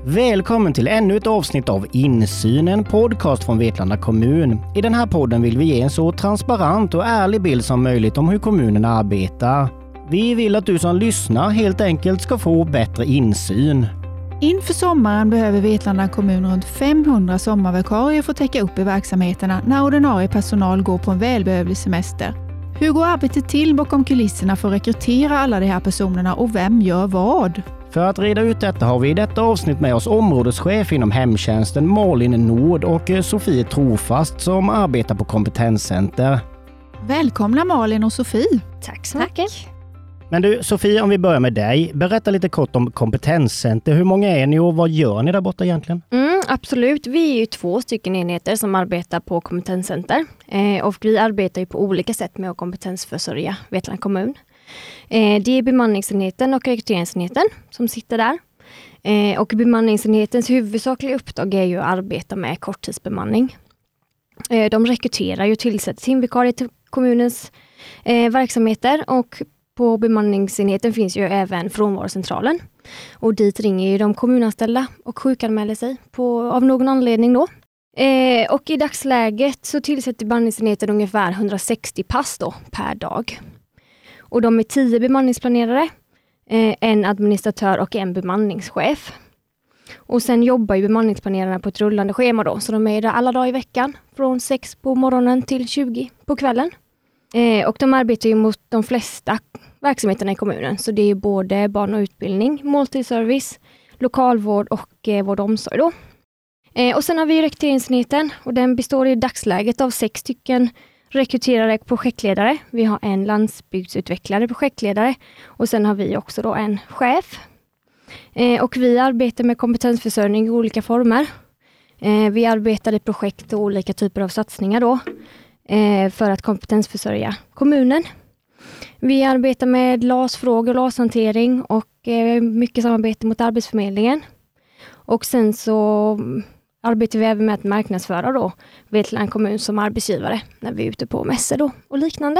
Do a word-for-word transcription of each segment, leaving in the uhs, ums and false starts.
Välkommen till ännu ett avsnitt av Insyn, en podcast från Vetlanda kommun. I den här podden vill vi ge en så transparent och ärlig bild som möjligt om hur kommunen arbetar. Vi vill att du som lyssnar helt enkelt ska få bättre insyn. Inför sommaren behöver Vetlanda kommun runt femhundra sommarvikarier för att täcka upp i verksamheterna när ordinarie personal går på en välbehövlig semester. Hur går arbetet till bakom kulisserna för att rekrytera alla de här personerna och vem gör vad? För att reda ut detta har vi i detta avsnitt med oss områdeschef inom hemtjänsten Malin Nord och Sofie Trofast som arbetar på kompetenscenter. Välkomna Malin och Sofie. Tack så mycket. Men du Sofie, om vi börjar med dig. Berätta lite kort om kompetenscenter. Hur många är ni och vad gör ni där borta egentligen? Mm, absolut, vi är ju två stycken enheter som arbetar på kompetenscenter. Eh, och vi arbetar ju på olika sätt med att kompetensförsörja Vetlanda kommun. Eh, det är bemanningsenheten och rekryteringsenheten som sitter där. Eh, och bemanningsenhetens huvudsakliga uppdrag är ju att arbeta med korttidsbemanning. Eh, de rekryterar ju tillsätter timvikarier till kommunens eh, verksamheter, och på bemanningsenheten finns ju även frånvarocentralen. Och dit ringer ju de kommunanställda och sjukanmäler sig på, av någon anledning då. Eh, och i dagsläget så tillsätter bemanningsenheten ungefär hundrasextio pass då per dag. Och de är tio bemanningsplanerare, eh, en administratör och en bemanningschef. Och sen jobbar ju bemanningsplanerarna på ett rullande schema då. Så de är där alla dagar i veckan från sex på morgonen till tjugo på kvällen. Eh, och de arbetar ju mot de flesta verksamheterna i kommunen. Så det är både barn- och utbildning, måltidsservice, lokalvård och eh, vård och omsorg då. Eh, och sen har vi rekryteringsenheten, och den består i dagsläget av sex stycken rekryterare projektledare. Vi har en landsbygdsutvecklare projektledare och sen har vi också då en chef. Eh, och vi arbetar med kompetensförsörjning i olika former. Eh, vi arbetar i projekt och olika typer av satsningar då eh, för att kompetensförsörja kommunen. Vi arbetar med L A S-frågor, L A S-hantering och eh, mycket samarbete mot Arbetsförmedlingen. Och sen så arbetar vi även med att marknadsföra då Vetlanda kommun som arbetsgivare när vi är ute på mässor då och liknande.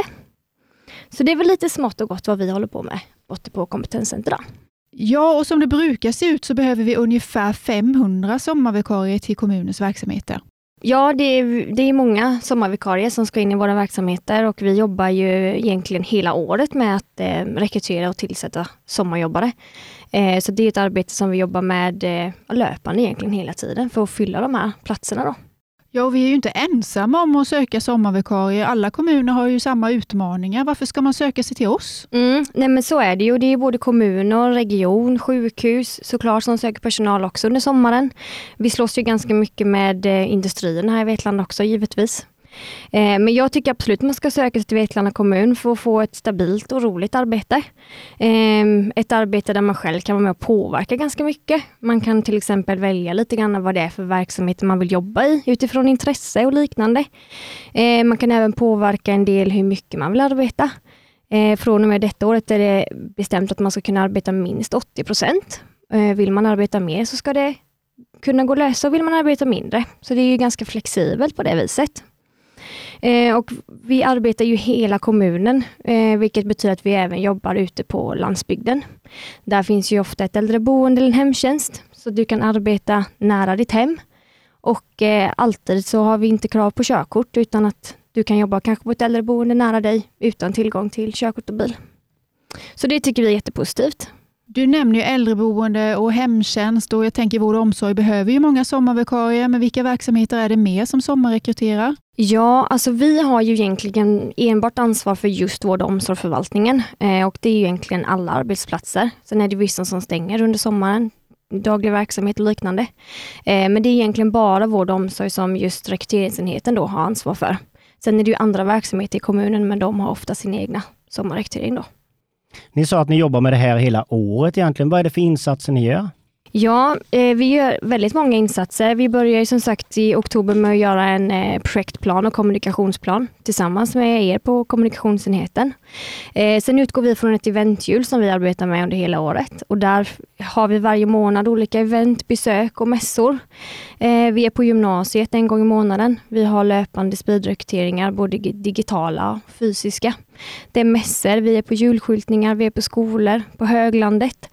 Så det är väl lite smått och gott vad vi håller på med borta på kompetenscenter. Ja, och som det brukar se ut så behöver vi ungefär femhundra sommarvikarier till kommunens verksamheter. Ja, det är, det är många sommarvikarier som ska in i våra verksamheter, och vi jobbar ju egentligen hela året med att eh, rekrytera och tillsätta sommarjobbare. Eh, så det är ett arbete som vi jobbar med eh, löpande egentligen hela tiden för att fylla de här platserna då. Ja, och vi är ju inte ensamma om att söka sommarvikarier. Alla kommuner har ju samma utmaningar. Varför ska man söka sig till oss? Mm, nej men så är det ju. Det är både kommuner, region, sjukhus såklart som söker personal också under sommaren. Vi slåss ju ganska mycket med eh, industrierna här i Vetlanda också givetvis. Eh, men jag tycker absolut man ska söka sig till Vetlanda kommun för att få ett stabilt och roligt arbete. Eh, ett arbete där man själv kan vara med och påverka ganska mycket. Man kan till exempel välja lite grann vad det är för verksamheter man vill jobba i utifrån intresse och liknande. Eh, man kan även påverka en del hur mycket man vill arbeta. Eh, från och med detta året är det bestämt att man ska kunna arbeta minst åttio procent. Eh, vill man arbeta mer så ska det kunna gå lösa, och vill man arbeta mindre. Så det är ju ganska flexibelt på det viset. Eh, och vi arbetar ju hela kommunen, eh, vilket betyder att vi även jobbar ute på landsbygden. Där finns ju ofta ett äldreboende eller en hemtjänst, så du kan arbeta nära ditt hem. Och eh, alltid så har vi inte krav på körkort, utan att du kan jobba kanske på ett äldreboende nära dig utan tillgång till körkort och bil. Så det tycker vi är jättepositivt. Du nämner ju äldreboende och hemtjänst, och jag tänker vård och omsorg behöver ju många sommarvikarier, men vilka verksamheter är det mer som sommarrekryterar? Ja, alltså vi har ju egentligen enbart ansvar för just vård- och omsorgsförvaltningen, eh, och det är ju egentligen alla arbetsplatser. Sen är det vissa som stänger under sommaren, daglig verksamhet och liknande. Eh, men det är egentligen bara vård- och omsorg som just rekryteringsenheten då har ansvar för. Sen är det ju andra verksamheter i kommunen, men de har ofta sin egna sommarrekrytering då. Ni sa att ni jobbar med det här hela året egentligen. Vad är det för insatser ni gör? Ja, eh, vi gör väldigt många insatser. Vi börjar ju som sagt i oktober med att göra en eh, projektplan och kommunikationsplan tillsammans med er på kommunikationsenheten. Eh, sen utgår vi från ett eventhjul som vi arbetar med under hela året. Och där har vi varje månad olika event, besök och mässor. Eh, vi är på gymnasiet en gång i månaden. Vi har löpande speedrekryteringar, både digitala och fysiska. Det är mässor, vi är på julskyltningar, vi är på skolor, på höglandet.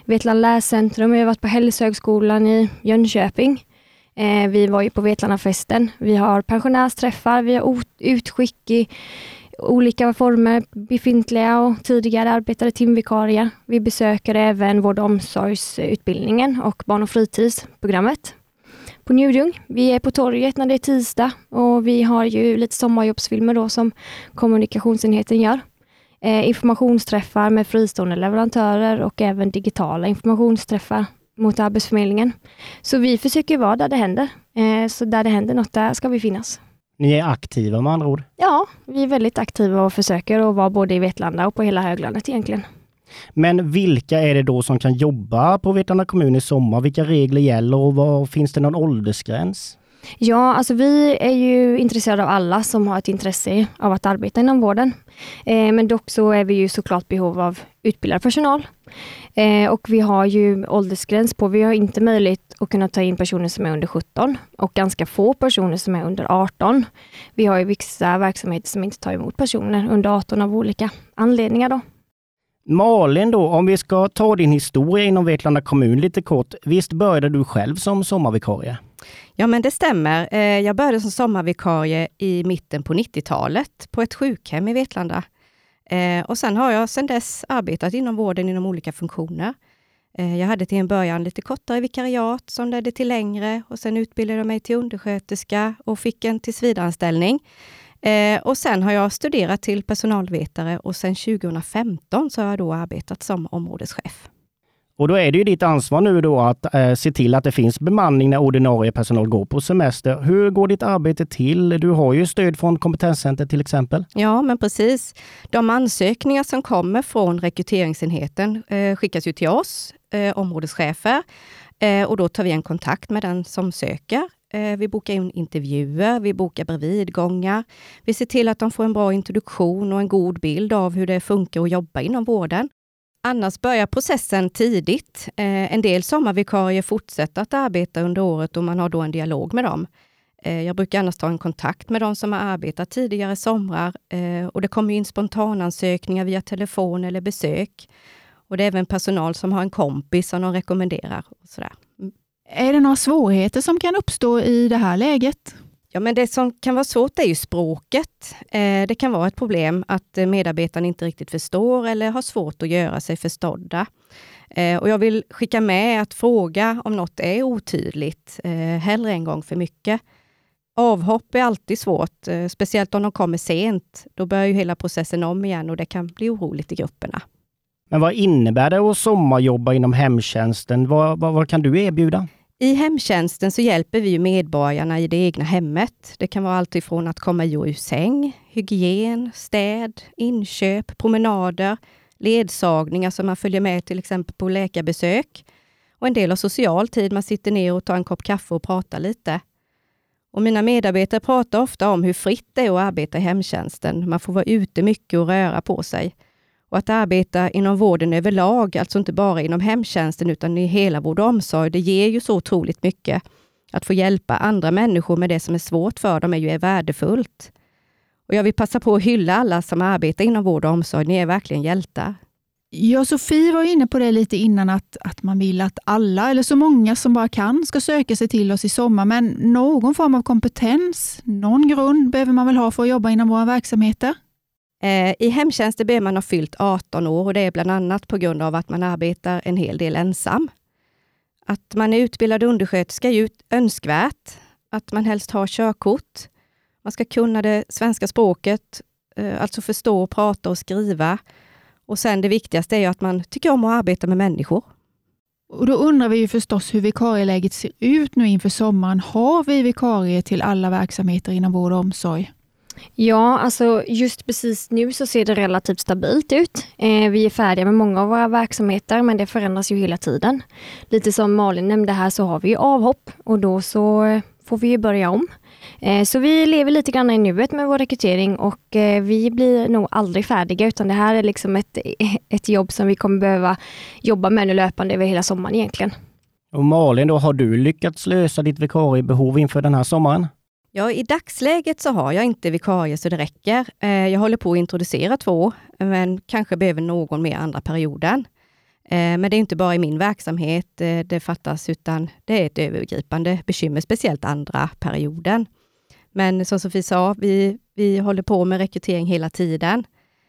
Vetlanda Läscentrum, vi har varit på Hälsohögskolan i Jönköping. Eh, vi var ju på Vetlandafesten. Vi har pensionärsträffar, vi har utskick i olika former, befintliga och tidigare arbetade timvikarier. Vi besöker även vård- och omsorgsutbildningen och barn- och fritidsprogrammet på Njudung. Vi är på torget när det är tisdag och vi har ju lite sommarjobbsfilmer då som kommunikationsenheten gör. Eh, informationsträffar med fristående leverantörer och även digitala informationsträffar mot Arbetsförmedlingen. Så vi försöker vara där det händer. Eh, så där det händer något, där ska vi finnas. Ni är aktiva med andra ord? Ja, vi är väldigt aktiva och försöker att vara både i Vetlanda och på hela höglandet egentligen. Men vilka är det då som kan jobba på Vetlanda kommun i sommar? Vilka regler gäller och vad, finns det någon åldersgräns? Ja, alltså vi är ju intresserade av alla som har ett intresse av att arbeta inom vården. Eh, men dock så är vi ju såklart behov av utbildad personal. Eh, och vi har ju åldersgräns på, vi har inte möjlighet att kunna ta in personer som är under sjutton och ganska få personer som är under arton. Vi har ju vissa verksamheter som inte tar emot personer under arton av olika anledningar då. Malin då, om vi ska ta din historia inom Vetlanda kommun lite kort. Visst började du själv som sommarvikarie? Ja, men det stämmer. Jag började som sommarvikarie i mitten på nittiotalet på ett sjukhem i Vetlanda. Och sen har jag sedan dess arbetat inom vården inom olika funktioner. Jag hade till en början lite kortare vikariat som ledde till längre och sen utbildade jag mig till undersköterska och fick en tillsvidareanställning. Eh, och sen har jag studerat till personalvetare och sen tjugohundrafemton så har jag då arbetat som områdeschef. Och då är det ju ditt ansvar nu då att eh, se till att det finns bemanning när ordinarie personal går på semester. Hur går ditt arbete till? Du har ju stöd från kompetenscenter till exempel. Ja, men precis. De ansökningar som kommer från rekryteringsenheten eh, skickas ju till oss, eh, områdeschefer. Eh, och då tar vi en kontakt med den som söker. Vi bokar in intervjuer, vi bokar bredvidgångar. Vi ser till att de får en bra introduktion och en god bild av hur det funkar att jobba inom vården. Annars börjar processen tidigt. En del sommarvikarier fortsätter att arbeta under året och man har då en dialog med dem. Jag brukar annars ta en kontakt med de som har arbetat tidigare somrar och det kommer in spontanansökningar via telefon eller besök. Och det är även personal som har en kompis som de rekommenderar och sådär. Är det några svårigheter som kan uppstå i det här läget? Ja, men det som kan vara svårt är ju språket. Eh, det kan vara ett problem att medarbetarna inte riktigt förstår eller har svårt att göra sig förstådda. Eh, och jag vill skicka med att fråga om något är otydligt, eh, hellre en gång för mycket. Avhopp är alltid svårt, eh, speciellt om de kommer sent. Då börjar ju hela processen om igen och det kan bli oroligt i grupperna. Men vad innebär det att sommarjobba inom hemtjänsten? Vad, vad, vad kan du erbjuda? I hemtjänsten så hjälper vi medborgarna i det egna hemmet. Det kan vara allt ifrån att komma ur säng, hygien, städ, inköp, promenader, ledsagningar som man följer med till exempel på läkarbesök. Och en del av social tid, man sitter ner och tar en kopp kaffe och pratar lite. Och mina medarbetare pratar ofta om hur fritt det är att arbeta i hemtjänsten. Man får vara ute mycket och röra på sig. Och att arbeta inom vården överlag, alltså inte bara inom hemtjänsten utan i hela vård och omsorg, det ger ju så otroligt mycket. Att få hjälpa andra människor med det som är svårt för dem är ju är värdefullt. Och jag vill passa på att hylla alla som arbetar inom vård och omsorg, ni är verkligen hjältar. Ja, Sofie var inne på det lite innan att, att man vill att alla, eller så många som bara kan, ska söka sig till oss i sommar. Men någon form av kompetens, någon grund behöver man väl ha för att jobba inom våra verksamheter? I hemtjänsten behöver man ha fyllt arton år och det är bland annat på grund av att man arbetar en hel del ensam. Att man är utbildad undersköterska är ju önskvärt. Att man helst har körkort. Man ska kunna det svenska språket, alltså förstå, prata och skriva. Och sen det viktigaste är ju att man tycker om att arbeta med människor. Och då undrar vi ju förstås hur vikarieläget ser ut nu inför sommaren. Har vi vikarier till alla verksamheter inom vård och omsorg? Ja, alltså just precis nu så ser det relativt stabilt ut. Eh, vi är färdiga med många av våra verksamheter men det förändras ju hela tiden. Lite som Malin nämnde här så har vi ju avhopp och då så får vi ju börja om. Eh, så vi lever lite grann i nuet med vår rekrytering och eh, vi blir nog aldrig färdiga utan det här är liksom ett, ett jobb som vi kommer behöva jobba med nu löpande över hela sommaren egentligen. Och Malin, då har du lyckats lösa ditt vikariebehov inför den här sommaren? Ja, i dagsläget så har jag inte vikarie så det räcker. Jag håller på att introducera två, men kanske behöver någon mer andra perioden. Men det är inte bara i min verksamhet det fattas, utan det är ett övergripande bekymmer, speciellt andra perioden. Men som Sofie sa, vi, vi håller på med rekrytering hela tiden.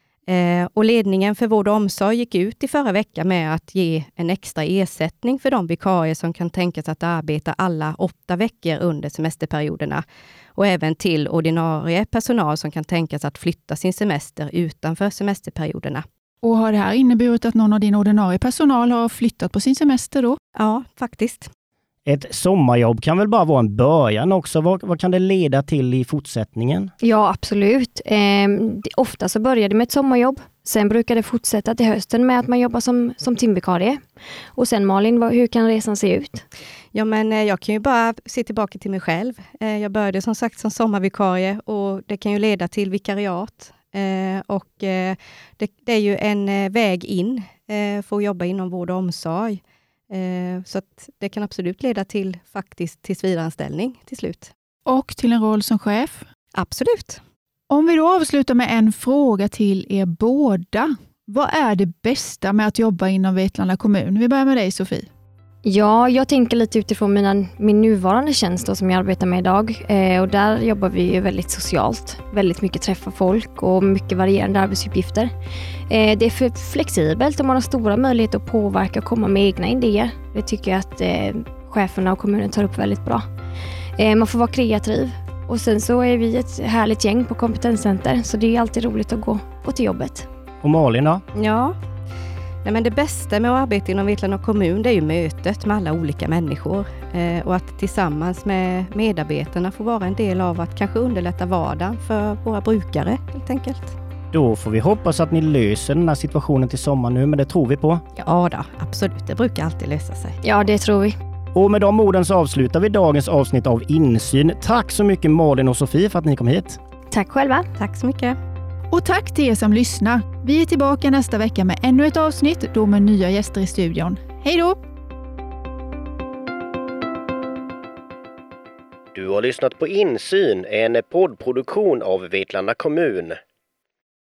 Och ledningen för vård och omsorg gick ut i förra veckan med att ge en extra ersättning för de vikarier som kan tänkas att arbeta alla åtta veckor under semesterperioderna. Och även till ordinarie personal som kan tänkas att flytta sin semester utanför semesterperioderna. Och har det här inneburit att någon av din ordinarie personal har flyttat på sin semester då? Ja, faktiskt. Ett sommarjobb kan väl bara vara en början också? Vad, vad kan det leda till i fortsättningen? Ja, absolut. Eh, det, ofta så börjar det med ett sommarjobb. Sen brukar det fortsätta till hösten med att man jobbar som, som timvikarie. Och sen Malin, vad, hur kan resan se ut? Ja, men eh, jag kan ju bara se tillbaka till mig själv. Eh, jag började som sagt som sommarvikarie och det kan ju leda till vikariat. Eh, och eh, det, det är ju en eh, väg in eh, för att jobba inom vård och omsorg. Eh, så att det kan absolut leda till faktiskt tillsvidareanställning till slut. Och till en roll som chef? Absolut. Om vi då avslutar med en fråga till er båda. Vad är det bästa med att jobba inom Vetlanda kommun? Vi börjar med dig, Sofie. Ja, jag tänker lite utifrån mina, min nuvarande tjänst då, som jag arbetar med idag. Eh, och där jobbar vi ju väldigt socialt. Väldigt mycket träffa folk och mycket varierande arbetsuppgifter. Eh, det är för flexibelt och man har stora möjligheter att påverka och komma med egna idéer. Det tycker jag att eh, cheferna och kommunen tar upp väldigt bra. Eh, man får vara kreativ. Och sen så är vi ett härligt gäng på kompetenscenter. Så det är alltid roligt att gå, gå till jobbet. Och Malin då? Ja. Nej, men det bästa med att arbeta inom Vetlanda kommun, det är ju mötet med alla olika människor. Eh, och att tillsammans med medarbetarna få vara en del av att kanske underlätta vardagen för våra brukare helt enkelt. Då får vi hoppas att ni löser den här situationen till sommar nu, men det tror vi på. Ja då, absolut. Det brukar alltid lösa sig. Ja, det tror vi. Och med de orden så avslutar vi dagens avsnitt av Insyn. Tack så mycket Malin och Sofie för att ni kom hit. Tack själva. Tack så mycket. Och tack till er som lyssnar. Vi är tillbaka nästa vecka med ännu ett avsnitt, då med nya gäster i studion. Hej då! Du har lyssnat på Insyn, en poddproduktion av Vetlanda kommun.